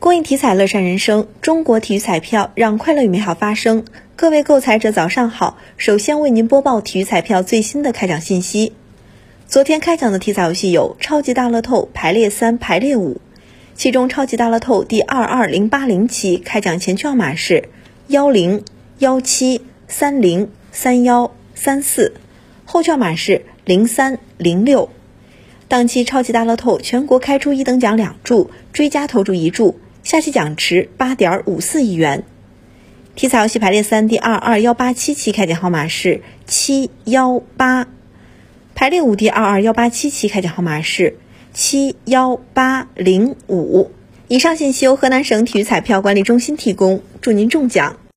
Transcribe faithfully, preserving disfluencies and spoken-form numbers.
公益体彩乐善人生，中国体育彩票让快乐与美好发生。各位购彩者早上好，首先为您播报体育彩票最新的开奖信息。昨天开奖的体彩游戏有超级大乐透排列三、排列五，其中超级大乐透第二二零八零期开奖前区号码是一零、一七、三零、三一、三四，后区号码是零三、零六。当期超级大乐透全国开出一等奖两注，追加投注一注，下期奖池 八点五四亿元。体彩游戏排列三第二二一八七期开奖号码是七一八，排列五第二二一八七期开奖号码是七一八零五。以上信息由河南省体育彩票管理中心提供，祝您中奖。